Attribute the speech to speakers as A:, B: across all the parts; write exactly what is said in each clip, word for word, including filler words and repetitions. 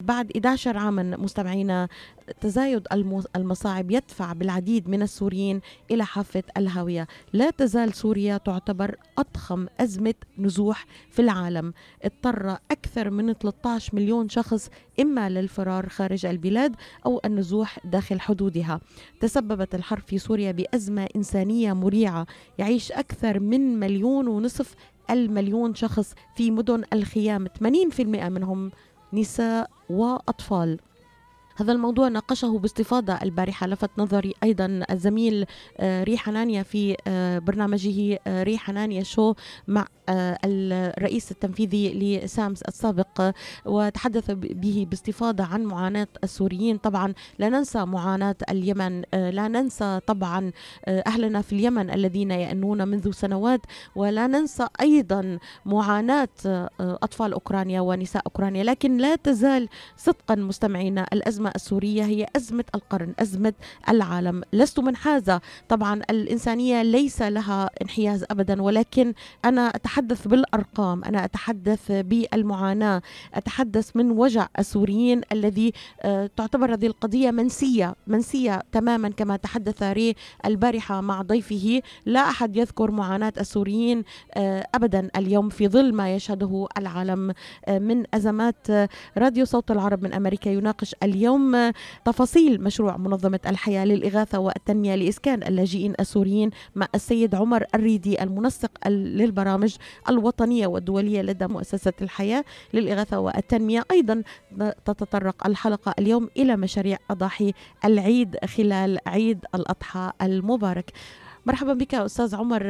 A: بعد إحدى عشر عاما مستمعينا تزايد المصاعب يدفع بالعديد من السوريين إلى حافة الهاوية. لا تزال سوريا تعتبر أضخم أزمة نزوح في العالم. اضطر أكثر من ثلاثة عشر مليون شخص إما للفرار خارج البلاد أو النزوح داخل حدودها. تسببت الحرب في سوريا بأزمة إنسانية مريعة. يعيش أكثر من مليون ونصف المليون شخص في مدن الخيام، ثمانين بالمئة منهم نساء وأطفال. هذا الموضوع ناقشه باستفاضة البارحة. لفت نظري أيضا الزميل ري حنانيا في برنامجه ري حنانيا شو مع الرئيس التنفيذي لسامس السابق، وتحدث به باستفاضة عن معاناة السوريين. طبعا لا ننسى معاناة اليمن، لا ننسى طبعا أهلنا في اليمن الذين يأنون منذ سنوات، ولا ننسى أيضا معاناة أطفال أوكرانيا ونساء أوكرانيا. لكن لا تزال صدقا مستمعينا الأزمة السورية هي أزمة القرن، أزمة العالم. لست منحازة، طبعا الإنسانية ليس لها انحياز أبدا، ولكن أنا أتحدث بالأرقام، أنا أتحدث بالمعاناة، أتحدث من وجع السوريين الذي تعتبر هذه القضية منسية منسية تماما. كما تحدث ري البارحة مع ضيفه، لا أحد يذكر معاناة السوريين أبدا اليوم في ظل ما يشهده العالم من أزمات. راديو صوت العرب من أمريكا يناقش اليوم تفاصيل مشروع منظمة الحياة للإغاثة والتنمية لإسكان اللاجئين السوريين مع السيد عمر الريدي، المنسق للبرامج الوطنية والدولية لدى مؤسسة الحياة للإغاثة والتنمية. أيضا تتطرق الحلقة اليوم إلى مشاريع أضاحي العيد خلال عيد الأضحى المبارك. مرحبا بك أستاذ عمر،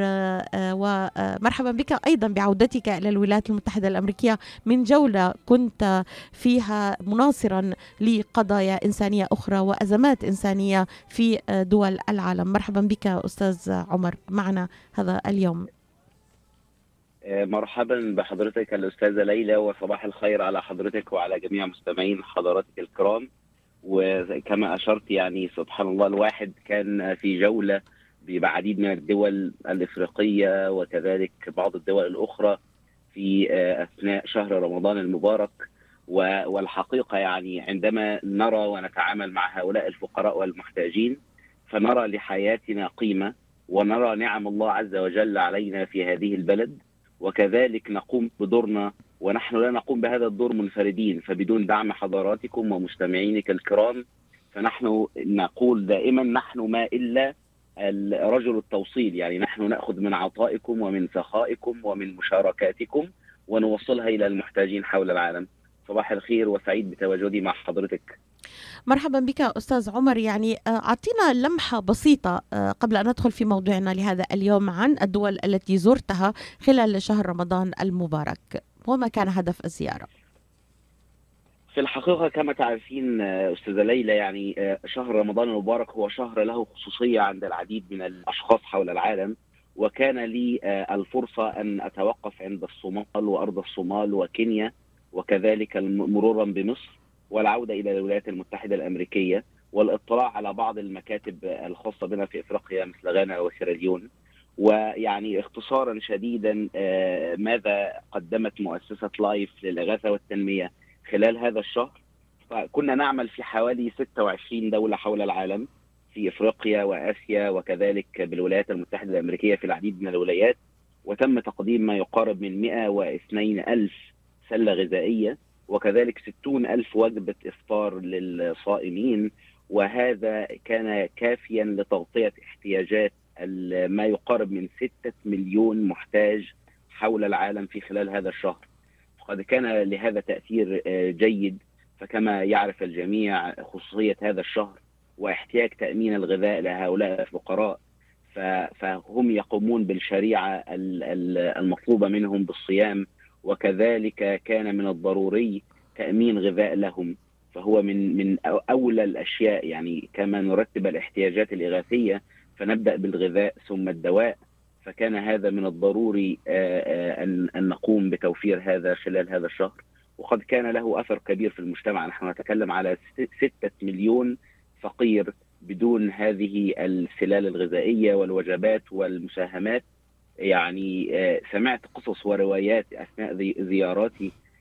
A: ومرحبا بك أيضا بعودتك إلى الولايات المتحدة الأمريكية من جولة كنت فيها مناصرا لقضايا إنسانية أخرى وأزمات إنسانية في دول العالم. مرحبا بك أستاذ عمر معنا هذا اليوم.
B: مرحبا بحضرتك الأستاذة ليلى، وصباح الخير على حضرتك وعلى جميع مستمعين حضراتك الكرام. وكما أشرت يعني سبحان الله، الواحد كان في جولة بعديد من الدول الإفريقية وكذلك بعض الدول الأخرى في أثناء شهر رمضان المبارك. والحقيقة يعني عندما نرى ونتعامل مع هؤلاء الفقراء والمحتاجين فنرى لحياتنا قيمة، ونرى نعم الله عز وجل علينا في هذه البلد، وكذلك نقوم بدورنا. ونحن لا نقوم بهذا الدور منفردين، فبدون دعم حضراتكم ومستمعينك الكرام فنحن نقول دائما نحن ما إلا رجل التوصيل. يعني نحن نأخذ من عطائكم ومن سخائكم ومن مشاركاتكم ونوصلها إلى المحتاجين حول العالم. صباح الخير وسعيد بتواجدي مع حضرتك.
A: مرحبا بك أستاذ عمر. يعني أعطينا لمحة بسيطة قبل أن ندخل في موضوعنا لهذا اليوم عن الدول التي زرتها خلال شهر رمضان المبارك، وما كان هدف الزيارة؟
B: في الحقيقة كما تعرفين أستاذة ليلى، يعني شهر رمضان المبارك هو شهر له خصوصية عند العديد من الأشخاص حول العالم، وكان لي الفرصة أن أتوقف عند الصومال وأرض الصومال وكينيا، وكذلك مرورا بمصر، والعودة إلى الولايات المتحدة الأمريكية، والاطلاع على بعض المكاتب الخاصة بنا في إفريقيا مثل غانا وسيراليون. ويعني اختصارا شديدا ماذا قدمت مؤسسة لايف للإغاثة والتنمية خلال هذا الشهر؟ فكنا نعمل في حوالي ستة وعشرين دولة حول العالم، في إفريقيا وآسيا وكذلك بالولايات المتحدة الأمريكية في العديد من الولايات، وتم تقديم ما يقارب من مئة واثنين ألف سلة غذائية، وكذلك ستون ألف وجبة إفطار للصائمين. وهذا كان كافيا لتغطية احتياجات ما يقارب من ستة مليون محتاج حول العالم في خلال هذا الشهر. قد كان لهذا تأثير جيد. فكما يعرف الجميع خصوصية هذا الشهر واحتياج تأمين الغذاء لهؤلاء الفقراء، فهم يقومون بالشريعة المطلوبة منهم بالصيام، وكذلك كان من الضروري تأمين غذاء لهم. فهو من من أولى الأشياء، يعني كما نرتب الاحتياجات الإغاثية فنبدأ بالغذاء ثم الدواء، فكان هذا من الضروري أن نقوم بتوفير هذا خلال هذا الشهر. وقد كان له أثر كبير في المجتمع. نحن نتكلم على ستة مليون فقير بدون هذه السلال الغذائية والوجبات والمساهمات. يعني سمعت قصص وروايات أثناء زياراتي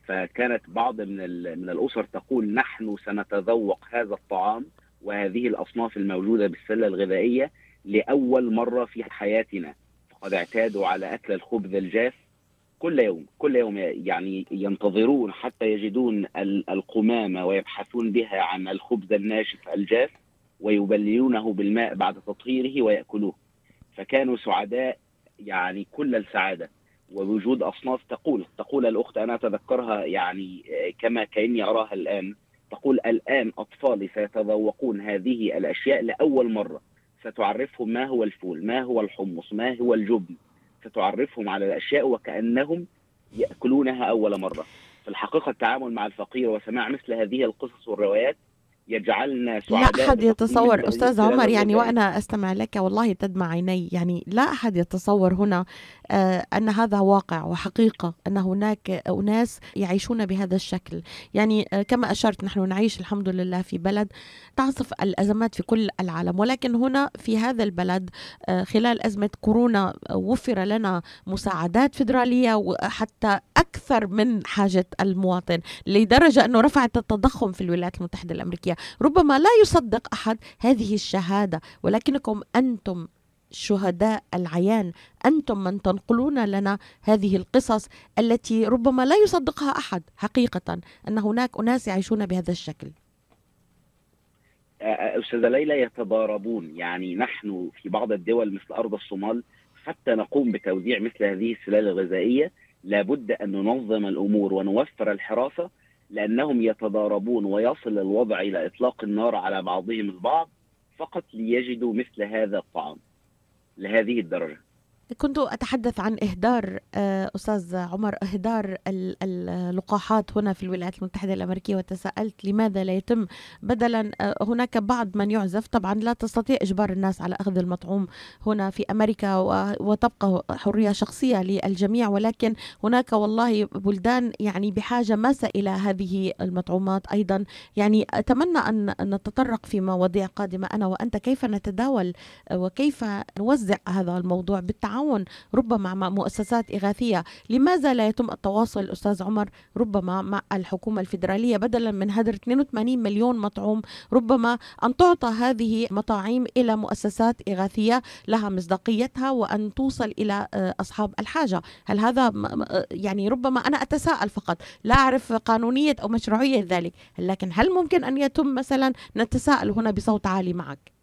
B: فكانت بعض من من الأسر تقول نحن سنتذوق هذا الطعام وهذه الأصناف الموجودة بالسلة الغذائية لأول مرة في حياتنا. فقد اعتادوا على أكل الخبز الجاف كل يوم كل يوم يعني ينتظرون حتى يجدون القمامة ويبحثون بها عن الخبز الناشف الجاف ويبللونه بالماء بعد تطهيره ويأكلوه. فكانوا سعداء يعني كل السعادة. ووجود أصناف تقول تقول الأخت أنا أتذكرها يعني كما كأني أراها الآن، تقول الآن أطفالي سيتذوقون هذه الأشياء لأول مرة، ستعرفهم ما هو الفول، ما هو الحمص، ما هو الجبن، ستعرفهم على الأشياء وكأنهم يأكلونها أول مرة. في الحقيقة التعامل مع الفقير وسماع مثل هذه القصص والروايات يجعلنا سعداء.
A: لا أحد يتصور أستاذ عمر، يعني وأنا أستمع لك والله تدمع عيني، يعني لا أحد يتصور هنا آه أن هذا واقع وحقيقة، أن هناك أناس يعيشون بهذا الشكل. يعني آه كما أشرت نحن نعيش الحمد لله في بلد تعصف الأزمات في كل العالم، ولكن هنا في هذا البلد آه خلال أزمة كورونا وفر لنا مساعدات فيدرالية وحتى أكثر من حاجة المواطن، لدرجة أنه رفعت التضخم في الولايات المتحدة الأمريكية. ربما لا يصدق أحد هذه الشهادة، ولكنكم أنتم شهداء العيان، أنتم من تنقلون لنا هذه القصص التي ربما لا يصدقها أحد حقيقة، أن هناك أناس يعيشون بهذا الشكل.
B: أستاذة ليلى، يتضاربون. يعني نحن في بعض الدول مثل أرض الصومال حتى نقوم بتوزيع مثل هذه السلال الغذائية لابد أن ننظم الأمور ونوفر الحراسة، لأنهم يتضاربون ويصل الوضع إلى إطلاق النار على بعضهم البعض فقط ليجدوا مثل هذا الطعام لهذه الدرجة.
A: كنت أتحدث عن إهدار أستاذ عمر، إهدار اللقاحات هنا في الولايات المتحدة الأمريكية، وتساءلت لماذا لا يتم بدلا. هناك بعض من يعزف، طبعا لا تستطيع إجبار الناس على أخذ المطعوم هنا في أمريكا وتبقى حرية شخصية للجميع، ولكن هناك والله بلدان يعني بحاجة ماسة إلى هذه المطعومات أيضا. يعني أتمنى أن نتطرق في مواضيع قادمة أنا وأنت كيف نتداول وكيف نوزع هذا الموضوع بالتعاون ربما مع مؤسسات إغاثية. لماذا لا يتم التواصل أستاذ عمر ربما مع الحكومة الفيدرالية بدلا من هدر اثنين وثمانين مليون مطعوم، ربما أن تعطى هذه مطاعيم إلى مؤسسات إغاثية لها مصداقيتها وأن توصل إلى أصحاب الحاجة؟ هل هذا يعني ربما أنا أتساءل فقط، لا أعرف قانونية أو مشروعية ذلك، لكن هل ممكن أن يتم مثلا؟ نتساءل هنا بصوت عالي معك.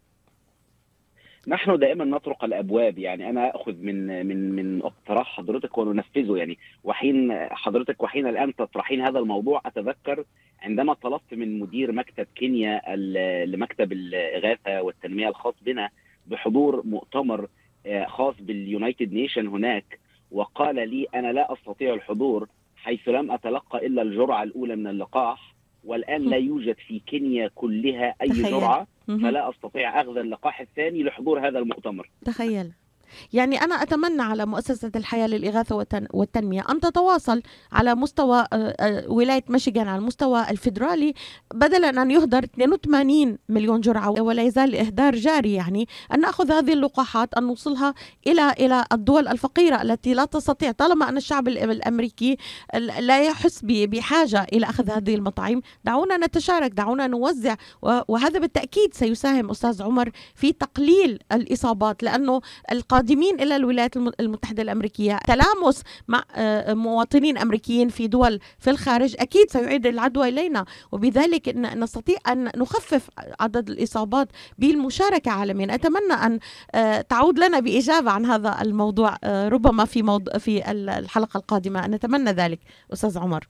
B: نحن دائما نطرق الابواب. يعني انا اخذ من من من اقتراح حضرتك وننفذه. يعني وحين حضرتك وحين الان تطرحين هذا الموضوع، اتذكر عندما طلبت من مدير مكتب كينيا لمكتب الاغاثه والتنميه الخاص بنا بحضور مؤتمر خاص باليونايتد نيشن هناك، وقال لي انا لا استطيع الحضور حيث لم اتلقى الا الجرعه الاولى من اللقاح، والآن لا يوجد في كينيا كلها أي تخيل. جرعة، فلا أستطيع أخذ اللقاح الثاني لحضور هذا المؤتمر.
A: تخيل. يعني أنا أتمنى على مؤسسة الحياة للإغاثة والتنمية أن تتواصل على مستوى ولاية ميشيغان، على المستوى الفيدرالي، بدلا أن يهدر اثنين وثمانين مليون جرعة ولا يزال الإهدار جاري. يعني أن نأخذ هذه اللقاحات أن نوصلها إلى إلى الدول الفقيرة التي لا تستطيع، طالما أن الشعب الأمريكي لا يحس بحاجة إلى أخذ هذه المطاعيم. دعونا نتشارك، دعونا نوزع، وهذا بالتأكيد سيساهم أستاذ عمر في تقليل الإصابات، لأنه القادمين إلى الولايات المتحدة الأمريكية تلامس مع مواطنين أمريكيين في دول في الخارج أكيد سيعيد العدوى إلينا، وبذلك نستطيع أن نخفف عدد الإصابات بالمشاركة عالميا. أتمنى أن تعود لنا بإجابة عن هذا الموضوع ربما في موضوع في الحلقة القادمة، نتمنى ذلك أستاذ عمر.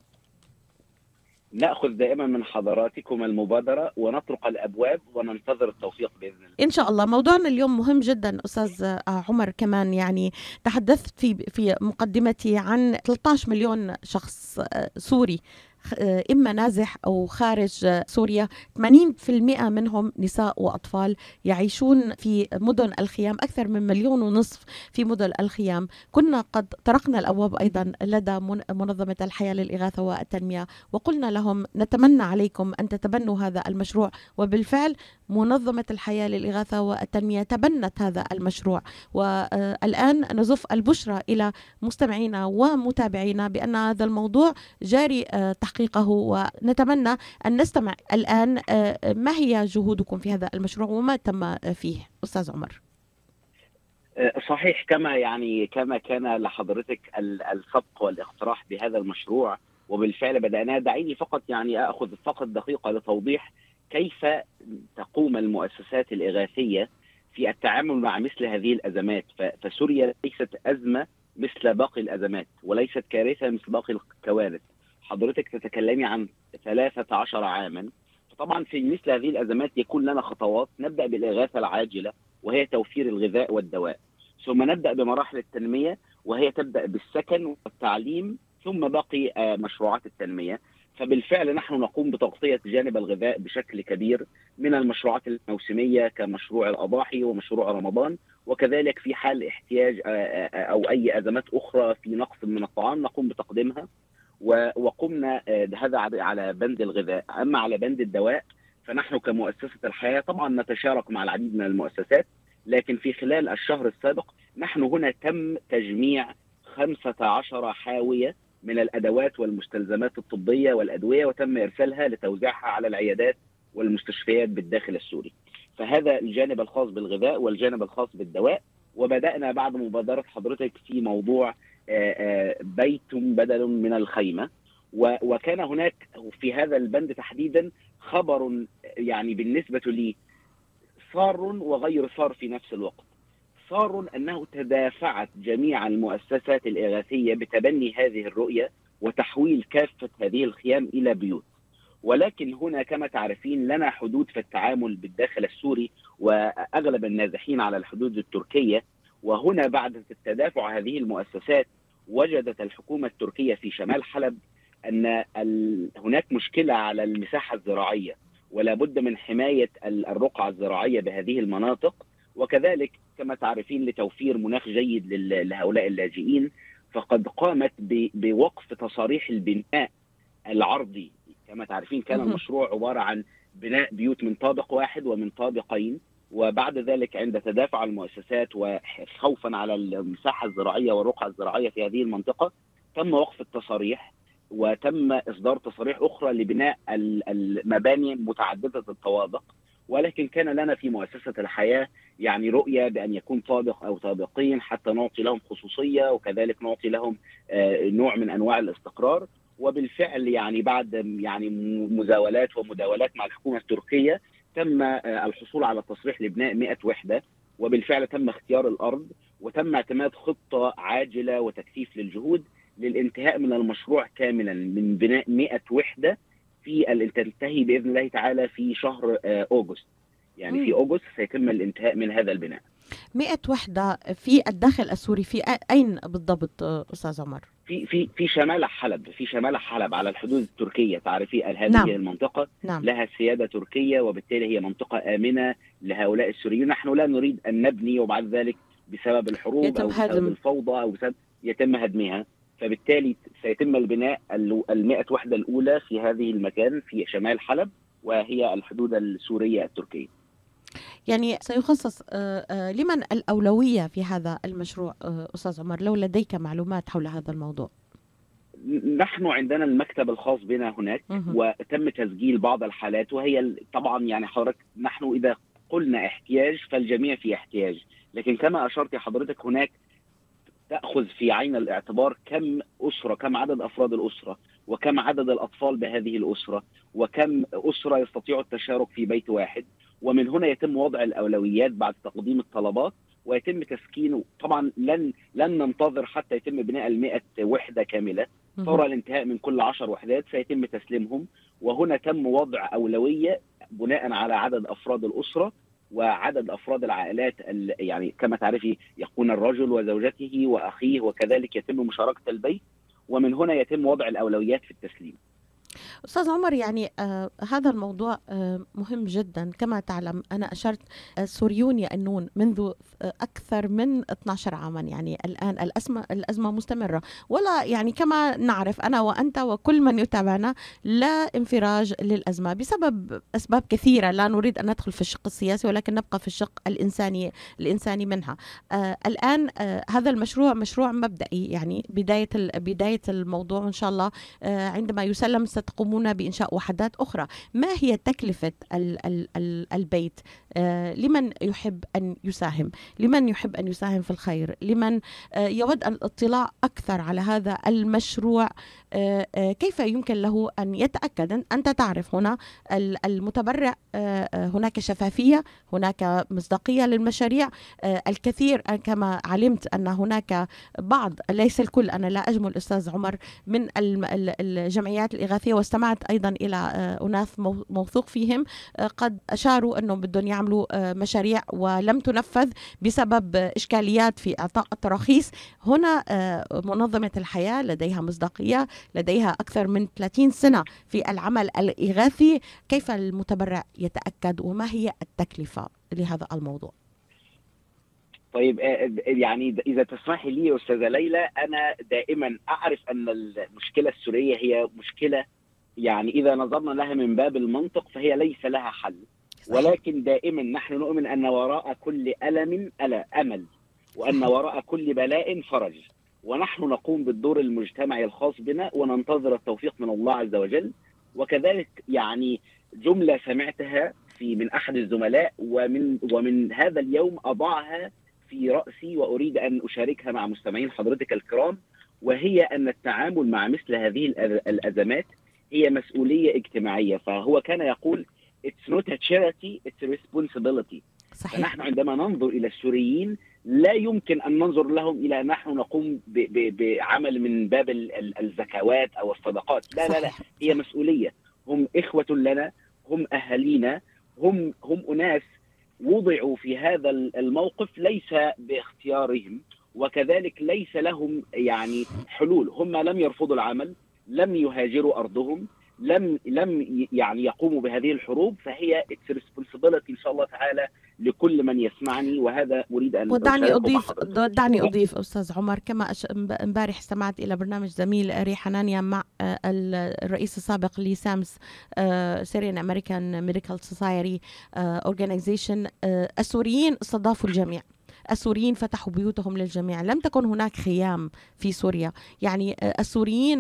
B: نأخذ دائما من حضراتكم المبادرة ونطرق الأبواب وننتظر التوفيق بإذن الله
A: إن شاء الله. موضوعنا اليوم مهم جدا أستاذ عمر، كمان يعني تحدثت في في مقدمتي عن ثلاثة عشر مليون شخص سوري إما نازح أو خارج سوريا. ثمانين بالمئة منهم نساء وأطفال يعيشون في مدن الخيام، أكثر من مليون ونصف في مدن الخيام. كنا قد طرقنا الأبواب أيضا لدى منظمة الحياة للإغاثة والتنمية وقلنا لهم نتمنى عليكم أن تتبنوا هذا المشروع، وبالفعل منظمة الحياة للإغاثة والتنمية تبنت هذا المشروع. والآن نزف البشرى إلى مستمعينا ومتابعينا بأن هذا الموضوع جاري تحقيقه، ونتمنى أن نستمع الآن ما هي جهودكم في هذا المشروع وما تم فيه. أستاذ عمر.
B: صحيح، كما يعني كما كان لحضرتك السبق والاقتراح بهذا المشروع وبالفعل بدأناه. دعيني فقط يعني أخذ فقط دقيقة لتوضيح كيف تقوم المؤسسات الإغاثية في التعامل مع مثل هذه الأزمات. فسوريا ليست أزمة مثل باقي الأزمات وليست كارثة مثل باقي الكوارث. حضرتك تتكلمي عن ثلاثة عشر عاما، فطبعا في مثل هذه الأزمات يكون لنا خطوات. نبدأ بالإغاثة العاجلة وهي توفير الغذاء والدواء، ثم نبدأ بمراحل التنمية وهي تبدأ بالسكن والتعليم، ثم باقي مشروعات التنمية. فبالفعل نحن نقوم بتغطية جانب الغذاء بشكل كبير من المشروعات الموسمية كمشروع الأضاحي ومشروع رمضان، وكذلك في حال احتياج أو أي أزمات أخرى في نقص من الطعام نقوم بتقديمها. وقمنا هذا على بند الغذاء. أما على بند الدواء فنحن كمؤسسة الحياة طبعا نتشارك مع العديد من المؤسسات، لكن في خلال الشهر السابق نحن هنا تم تجميع خمسة عشر حاوية من الأدوات والمستلزمات الطبية والأدوية، وتم إرسالها لتوزيعها على العيادات والمستشفيات بالداخل السوري. فهذا الجانب الخاص بالغذاء والجانب الخاص بالدواء. وبدأنا بعد مبادرة حضرتك في موضوع بيت بدل من الخيمة، وكان هناك في هذا البند تحديدا خبر يعني بالنسبة لي صار وغير صار في نفس الوقت. صار أنه تدافعت جميع المؤسسات الإغاثية بتبني هذه الرؤية وتحويل كافة هذه الخيام إلى بيوت. ولكن هنا كما تعرفين لنا حدود في التعامل بالداخل السوري، وأغلب النازحين على الحدود التركية. وهنا بعد تدافع هذه المؤسسات وجدت الحكومة التركية في شمال حلب أن هناك مشكلة على المساحة الزراعية، ولا بد من حماية الرقعة الزراعية بهذه المناطق، وكذلك كما تعرفين لتوفير مناخ جيد لهؤلاء اللاجئين. فقد قامت بوقف تصاريح البناء العرضي. كما تعرفين كان المشروع عبارة عن بناء بيوت من طابق واحد ومن طابقين، وبعد ذلك عند تدافع المؤسسات وخوفا على المساحة الزراعية والرقعة الزراعية في هذه المنطقة تم وقف التصاريح، وتم إصدار تصاريح أخرى لبناء المباني متعددة الطوابق. ولكن كان لنا في مؤسسة الحياة يعني رؤية بأن يكون طابق أو طابقين حتى نعطي لهم خصوصية، وكذلك نعطي لهم نوع من أنواع الاستقرار. وبالفعل يعني بعد يعني مزاولات ومداولات مع الحكومة التركية تم الحصول على تصريح لبناء مئة وحدة، وبالفعل تم اختيار الأرض وتم اعتماد خطة عاجلة وتكثيف للجهود للانتهاء من المشروع كاملا من بناء مئة وحدة في ال- تنتهي بإذن الله تعالى في شهر آه، أوغست. يعني في أوغست سيتم الانتهاء من هذا البناء.
A: مئة وحدة في الداخل السوري، في أ- أين بالضبط آه، أستاذ عمر؟
B: في في في شمال حلب، في شمال حلب على الحدود التركية. تعرفي هذه
A: نعم.
B: المنطقة
A: نعم.
B: لها سيادة تركية، وبالتالي هي منطقة آمنة لهؤلاء السوريين. نحن لا نريد أن نبني وبعد ذلك بسبب الحروب
A: يتم
B: أو بسبب
A: هدم.
B: الفوضى أو بسبب يتم هدمها. فبالتالي سيتم البناء المئة وحدة الأولى في هذه المكان في شمال حلب، وهي الحدود السورية التركية.
A: يعني سيخصص آه، آه، لمن الأولوية في هذا المشروع آه، أستاذ عمر، لو لديك معلومات حول هذا الموضوع؟
B: نحن عندنا المكتب الخاص بنا هناك،
A: مهم.
B: وتم تسجيل بعض الحالات، وهي ال- طبعا يعني حضرتك نحن إذا قلنا احتياج فالجميع في احتياج. لكن كما أشرت حضرتك هناك تأخذ في عين الاعتبار كم أسرة، كم عدد أفراد الأسرة، وكم عدد الأطفال بهذه الأسرة، وكم أسرة يستطيع التشارك في بيت واحد. ومن هنا يتم وضع الأولويات بعد تقديم الطلبات ويتم تسكينه. طبعا لن لن ننتظر حتى يتم بناء المئة وحدة كاملة. فور الانتهاء من كل عشر وحدات سيتم تسليمهم، وهنا تم وضع أولوية بناء على عدد أفراد الأسرة وعدد أفراد العائلات. يعني كما تعرفي يكون الرجل وزوجته وأخيه، وكذلك يتم مشاركة البيت، ومن هنا يتم وضع الأولويات في التسليم.
A: أستاذ عمر، يعني آه هذا الموضوع آه مهم جدا. كما تعلم أنا أشرت السوريون يأنون منذ آه أكثر من اثني عشر عاما، يعني الآن الأزمة الأزمة مستمرة، ولا يعني كما نعرف أنا وأنت وكل من يتابعنا لا انفراج للأزمة بسبب أسباب كثيرة. لا نريد أن ندخل في الشق السياسي، ولكن نبقى في الشق الإنساني الإنساني منها. آه الآن آه هذا المشروع مشروع مبدئي، يعني بداية بداية الموضوع، وإن شاء الله آه عندما يسلم ستقومون بإنشاء وحدات أخرى. ما هي تكلفة ال ال ال البيت؟ آه لمن يحب أن يساهم، لمن يحب أن يساهم في الخير، لمن آه يود الاطلاع أكثر على هذا المشروع، آه آه كيف يمكن له أن يتأكد؟ أنت تعرف هنا المتبرع آه هناك شفافية، هناك مصداقية للمشاريع. آه الكثير كما علمت أن هناك بعض، ليس الكل، أنا لا أجمل الأستاذ عمر، من الجمعيات الإغاثية، واستمعت أيضا إلى أناس موثوق فيهم قد أشاروا أنهم بدهم يعملوا مشاريع ولم تنفذ بسبب إشكاليات في إعطاء التراخيص. هنا منظمة الحياة لديها مصداقية، لديها أكثر من ثلاثين سنة في العمل الإغاثي. كيف المتبرع يتأكد وما هي التكلفة لهذا الموضوع؟
B: طيب، يعني إذا تسمحي لي أستاذة ليلى، أنا دائما أعرف أن المشكلة السورية هي مشكلة، يعني إذا نظرنا لها من باب المنطق فهي ليس لها حل، ولكن دائما نحن نؤمن أن وراء كل ألم ألا أمل، وأن وراء كل بلاء فرج، ونحن نقوم بالدور المجتمعي الخاص بنا وننتظر التوفيق من الله عز وجل. وكذلك يعني جملة سمعتها في من أحد الزملاء ومن ومن هذا اليوم أضعها في رأسي وأريد أن أشاركها مع مستمعين حضرتك الكرام، وهي أن التعامل مع مثل هذه الأزمات هي مسؤولية اجتماعية. فهو كان يقول It's not a charity, it's a responsibility. صحيح. فنحن عندما ننظر إلى السوريين لا يمكن أن ننظر لهم إلى نحن نقوم بعمل من باب الزكوات أو الصدقات. لا لا لا، هي مسؤولية. هم إخوة لنا، هم أهالينا، هم هم أناس وضعوا في هذا الموقف ليس باختيارهم، وكذلك ليس لهم يعني حلول. هم لم يرفضوا العمل، لم يهاجروا أرضهم، لم لم يعني يقوموا بهذه الحروب. فهي it's responsibility إن شاء الله تعالى لكل من يسمعني، وهذا أريد أن
A: ودعني أضيف دعني أضيف أستاذ عمر، كما امبارح استمعت إلى برنامج زميل ري حنانيا مع الرئيس السابق لسامس سيريان أمريكان ميديكال سوسايتي أورجانيزيشن. السوريين استضافوا الجميع، السوريين فتحوا بيوتهم للجميع، لم تكن هناك خيام في سوريا. يعني السوريين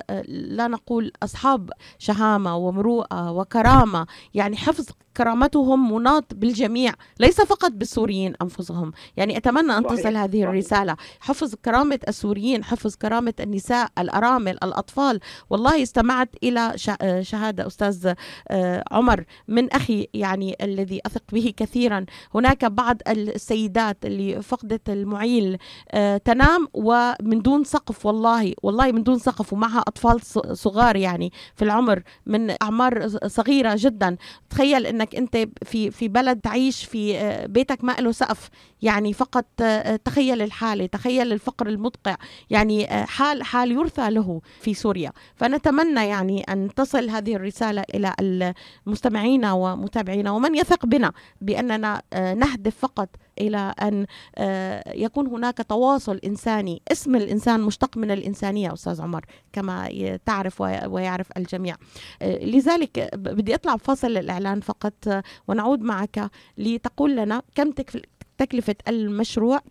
A: لا نقول أصحاب شهامة ومروءة وكرامة، يعني حفظ كرامتهم مناط بالجميع، ليس فقط بالسوريين أنفسهم. يعني أتمنى أن تصل هذه الرسالة، حفظ كرامة السوريين، حفظ كرامة النساء، الأرامل، الأطفال. والله استمعت إلى شهادة أستاذ عمر من أخي، يعني الذي أثق به كثيرا. هناك بعض السيدات اللي فقدت المعيل تنام ومن دون سقف، والله والله من دون سقف، ومعها أطفال صغار يعني في العمر من أعمار صغيرة جدا. تخيل أنك أنت في في بلد تعيش في بيتك ما له سقف، يعني فقط تخيل الحالة، تخيل الفقر المدقع، يعني حال حال يرثى له في سوريا. فنتمنى يعني أن تصل هذه الرسالة إلى المستمعين ومتابعين ومن يثق بنا بأننا نهدف فقط إلى أن يكون هناك تواصل إنساني. اسم الإنسان مشتق من الإنسانية أستاذ عمر كما تعرف ويعرف الجميع. لذلك بدي أطلع بفاصل الإعلان فقط ونعود معك لتقول لنا كم تكلفة المشروع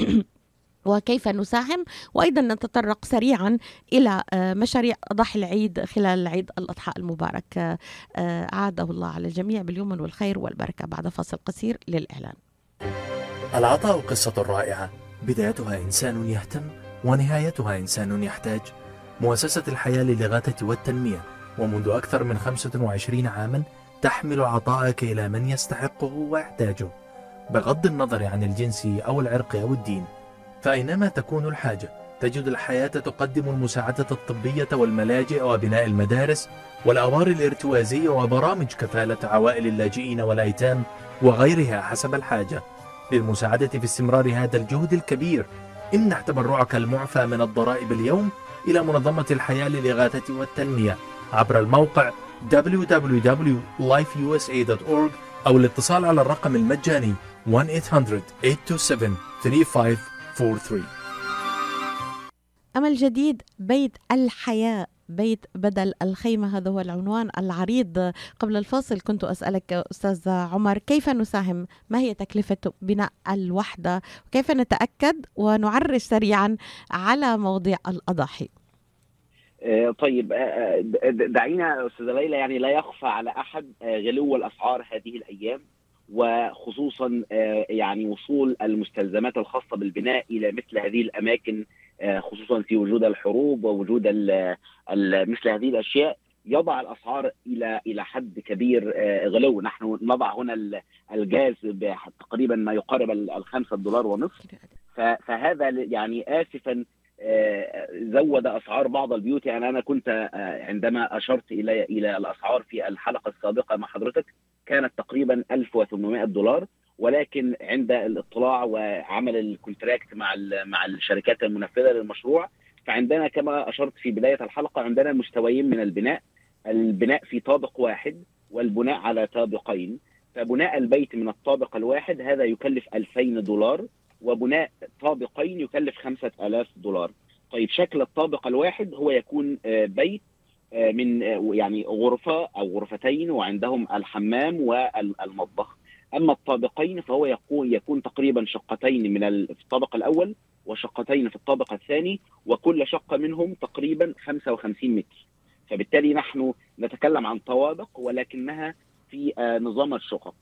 A: وكيف نساهم، وأيضا نتطرق سريعا إلى مشاريع أضحى العيد خلال عيد الأضحى المبارك، عاده الله على الجميع باليمن والخير والبركة. بعد فاصل قصير للإعلان.
C: العطاء قصة رائعة، بدايتها إنسان يهتم ونهايتها إنسان يحتاج. مؤسسة الحياة للإغاثة والتنمية، ومنذ أكثر من خمسة وعشرين عاما تحمل عطاءك إلى من يستحقه ويحتاجه، بغض النظر عن الجنس أو العرق أو الدين. فأينما تكون الحاجة تجد الحياة تقدم المساعدة الطبية والملاجئ وبناء المدارس والأوار الارتوازية وبرامج كفالة عوائل اللاجئين والأيتام وغيرها حسب الحاجة. للمساعدة في استمرار هذا الجهد الكبير امنح تبرعك المعفى من الضرائب اليوم إلى منظمة الحياة للإغاثة والتنمية عبر الموقع دبليو دبليو دبليو دوت لايف يو اس اي دوت أورج أو الاتصال على الرقم المجاني واحد ثمانية صفر ثمانية اثنين سبعة ثلاثة خمسة أربعة ثلاثة.
A: أمل جديد بيت الحياة، بيت بدل الخيمة، هذا هو العنوان العريض. قبل الفاصل كنت أسألك أستاذ عمر كيف نساهم، ما هي تكلفة بناء الوحدة، وكيف نتأكد ونعرج سريعا على مواضيع الأضاحي.
B: آه، طيب، آه، د- دعينا أستاذة ليلى، يعني لا يخفى على أحد آه، غلو الأسعار هذه الأيام، وخصوصا آه، يعني وصول المستلزمات الخاصة بالبناء إلى مثل هذه الأماكن، آه، خصوصا في وجود الحروب ووجود ال- ال- مثل هذه الأشياء، يضع الأسعار إلى إلى حد كبير آه، غلو. نحن نضع هنا ال- الجاز تقريبا ما يقارب ال- الخمسة دولار ونصف. ف- فهذا ل- يعني آسفا آه، زود اسعار بعض البيوت. يعني انا كنت آه، عندما اشرت الى الى الاسعار في الحلقه السابقه مع حضرتك كانت تقريبا ألف وثمانمائة دولار، ولكن عند الاطلاع وعمل الكونتراكت مع ال- مع الشركات المنفذه للمشروع، فعندنا كما اشرت في بدايه الحلقه عندنا مستويين من البناء: البناء في طابق واحد والبناء على طابقين. فبناء البيت من الطابق الواحد هذا يكلف ألفين دولار، وبناء طابقين يكلف خمسة آلاف دولار. طيب، شكل الطابق الواحد هو يكون آه، بيت آه، من آه، يعني غرفة أو غرفتين وعندهم الحمام والمطبخ. أما الطابقين فهو يكون يكون تقريبا شقتين من ال- في الطابق الأول وشقتين في الطابق الثاني، وكل شقة منهم تقريبا خمسة وخمسين متر. فبالتالي نحن نتكلم عن طوابق ولكنها في آه، نظام الشقق.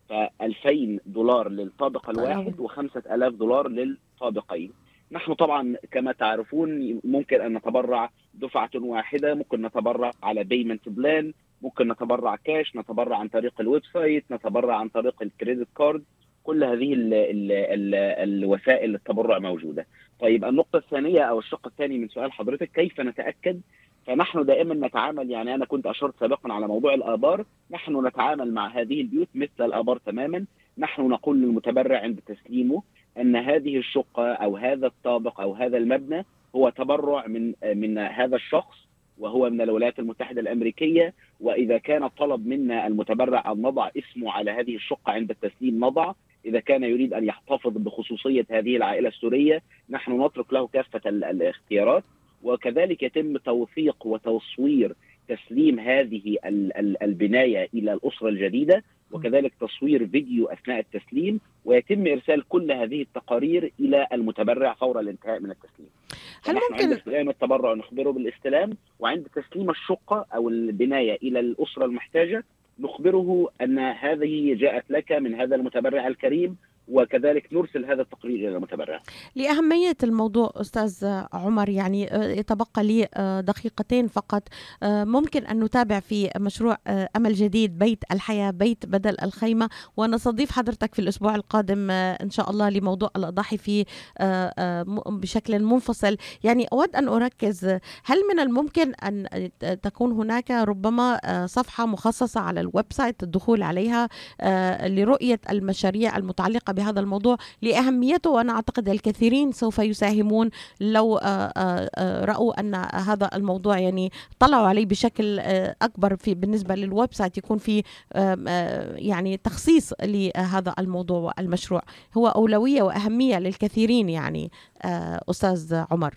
B: فألفين دولار للطابق الواحد وخمسة آلاف دولار للطابقين. نحن طبعا كما تعرفون ممكن أن نتبرع دفعة واحدة، ممكن نتبرع على بيمنت بلان، ممكن نتبرع كاش، نتبرع عن طريق الويب سايت، نتبرع عن طريق الكريدت كارد. كل هذه ال ال ال الوسائل التبرع موجودة. طيب، النقطة الثانية أو الشق الثاني من سؤال حضرتك كيف نتأكد؟ فنحن دائما نتعامل، يعني أنا كنت أشرت سابقا على موضوع الآبار، نحن نتعامل مع هذه البيوت مثل الآبار تماما. نحن نقول للمتبرع عند تسليمه أن هذه الشقة أو هذا الطابق أو هذا المبنى هو تبرع من من هذا الشخص، وهو من الولايات المتحدة الأمريكية. وإذا كان طلب منا المتبرع أن نضع اسمه على هذه الشقة عند التسليم نضع. إذا كان يريد أن يحتفظ بخصوصية هذه العائلة السورية نحن نترك له كافة ال- الاختيارات. وكذلك يتم توثيق وتصوير تسليم هذه ال- ال- البناية إلى الأسرة الجديدة، وكذلك تصوير فيديو أثناء التسليم، ويتم إرسال كل هذه التقارير إلى المتبرع فور الانتهاء من التسليم.
A: هل
B: فنحن عند
A: ممكن
B: استلام التبرع نخبره بالاستلام، وعند تسليم الشقة أو البناية إلى الأسرة المحتاجة نخبره أن هذه جاءت لك من هذا المتبرع الكريم، وكذلك نرسل هذا التقرير إلى المتبرع.
A: لأهمية الموضوع أستاذ عمر، يعني آه، يتبقى لي آه، دقيقتين فقط. آه، ممكن أن نتابع في مشروع آه، أمل جديد بيت الحياة، بيت بدل الخيمة، ونستضيف حضرتك في الأسبوع القادم آه، إن شاء الله لموضوع الأضاحي في آه، آه، م- بشكل منفصل. يعني أود أن أركز، هل من الممكن أن تكون هناك ربما آه، صفحة مخصصة على الويب سايت الدخول عليها آه، لرؤية المشاريع المتعلقة بهذا الموضوع لأهميته؟ وأنا أعتقد الكثيرين سوف يساهمون لو آه، آه، آه، رأوا أن هذا الموضوع يعني طلعوا عليه بشكل آه، أكبر في بالنسبة للويب سايت، يكون في آم، آه، يعني تخصيص لهذا الموضوع والمشروع. هو أولوية وأهمية للكثيرين يعني آه، أستاذ عمر.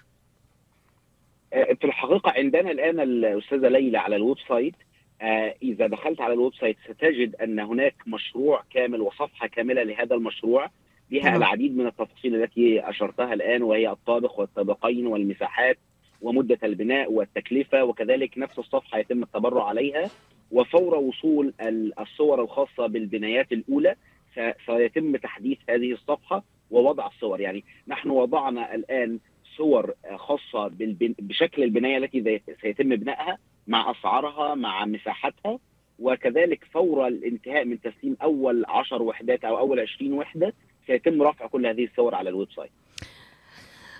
B: في الحقيقة عندنا الآن الأستاذة ليلى على الويب سايت، آه، إذا دخلت على الويب سايت ستجد أن هناك مشروع كامل وصفحة كاملة لهذا المشروع بها
A: تمام.
B: العديد من التفاصيل التي أشرتها الآن، وهي الطابق والطابقين والمساحات ومدة البناء والتكلفة، وكذلك نفس الصفحة يتم التبرع عليها. وفور وصول ال- الصور الخاصة بالبنايات الأولى س- سيتم تحديث هذه الصفحة ووضع الصور. يعني نحن وضعنا الآن صور خاصة بالبن... بشكل البناية التي زي- سيتم بنائها مع أسعارها مع مساحتها، وكذلك فور الانتهاء من تسليم أول عشر وحدات أو أول عشرين وحدة سيتم رفع كل هذه الصور على الويب سايت.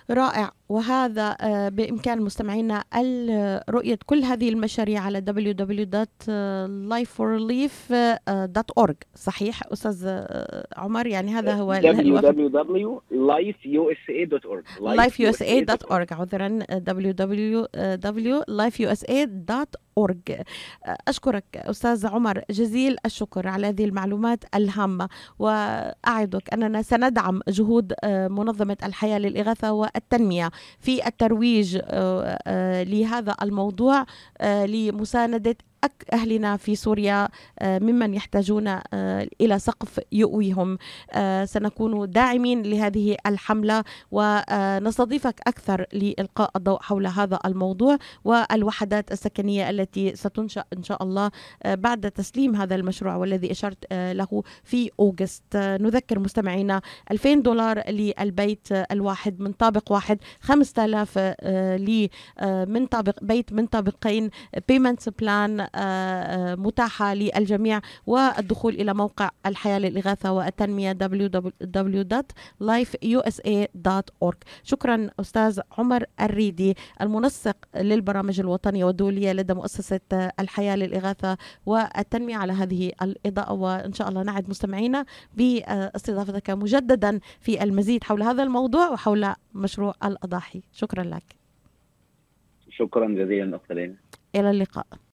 A: رائع. وهذا بإمكان مستمعينا رؤية كل هذه المشاريع على دبليو دبليو دبليو دوت لايف فور ليف دوت أورج. صحيح أستاذ عمر؟ يعني هذا هو
B: دبليو دبليو دبليو دوت لايف يو اس اي دوت أورج.
A: لايف يو اس اي دوت أورج، عذرا، دبليو دبليو دبليو دوت لايف يو اس اي دوت أورج. أشكرك أستاذ عمر جزيل الشكر على هذه المعلومات الهامة، وأعدك أننا سندعم جهود منظمة الحياة للإغاثة والتنمية في الترويج لهذا الموضوع لمساندة أهلنا في سوريا ممن يحتاجون إلى سقف يؤويهم. سنكون داعمين لهذه الحملة ونستضيفك أكثر لإلقاء الضوء حول هذا الموضوع والوحدات السكنية التي ستنشأ إن شاء الله بعد تسليم هذا المشروع والذي أشرت له في أوغست. نذكر مستمعينا ألفين دولار للبيت الواحد من طابق واحد، خمسة آلاف لي من طابق بيت من طابقين، payments plan متاحة للجميع، والدخول إلى موقع الحياة للإغاثة والتنمية دبليو دبليو دبليو دوت لايف يو اس اي دوت أورج. شكرا أستاذ عمر الريدي، المنسق للبرامج الوطنية والدولية لدى مؤسسة الحياة للإغاثة والتنمية، على هذه الإضاءة، وإن شاء الله نعد مستمعينا باستضافتك مجددا في المزيد حول هذا الموضوع وحول مشروع الأضاحي. شكرا لك.
B: شكرا جزيلا أختي ليلى.
A: إلى اللقاء.